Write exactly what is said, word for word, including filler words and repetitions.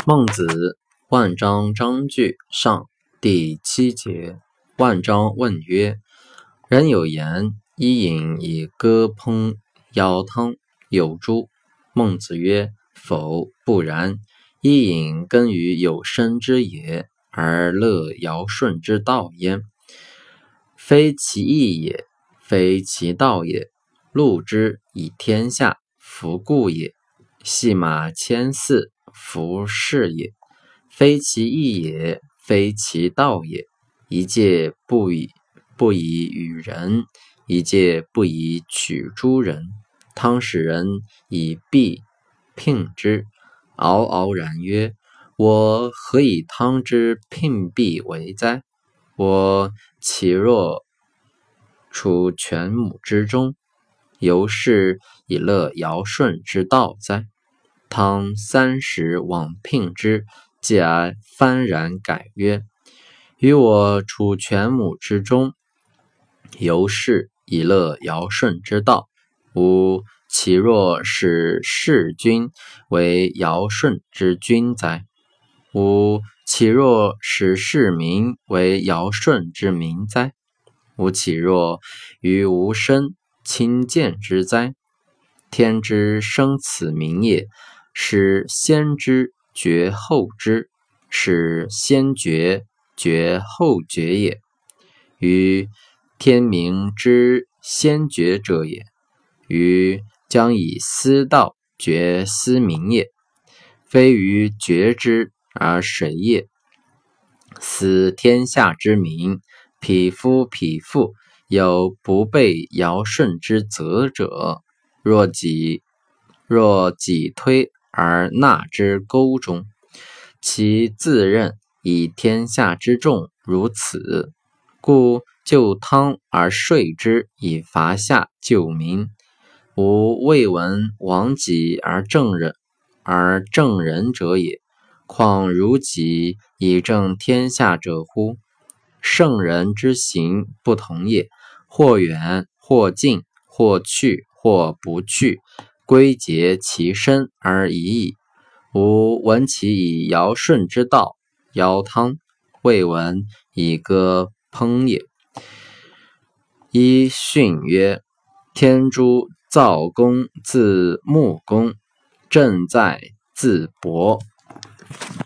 孟子，万章章句上第七节。万章问曰：人有言，伊尹以歌烹尧汤，有诸？孟子曰：否，不然。伊尹耕于有生之野，而乐尧舜之道焉。非其义也，非其道也。禄之以天下，弗顾也。系马千驷，弗是也。非其义也，非其道也。一介不以不以与人，一介不以取诸人。汤使人以币聘之，敖敖然曰：我何以汤之聘币为哉？我岂若处犬母之中，由是以乐尧舜之道哉？汤三十往聘之，继而幡然改曰：与我处犬母之中，由是以乐尧舜之道，吾岂若使弑君为尧舜之君哉？吾岂若使弑民为尧舜之民哉？吾岂若于无生亲见之哉？天之生此民也，使先知绝后知，使先觉绝后觉也。于天明之先觉者也，于将以私道绝私民也。非于觉之而谁也？斯天下之民，匹夫匹妇，有不备尧舜之责者，若己若己推而纳之沟中，其自任以天下之众如此。故就汤而说之，以伐夏救民。吾未闻亡己而正人而正人者也，况如己以正天下者乎？圣人之行不同也，或远或近，或去或不去，归结其身而已矣。吾闻其以尧舜之道尧汤，未闻以歌烹也。伊训曰：天诛灶公自木公，正在自伯。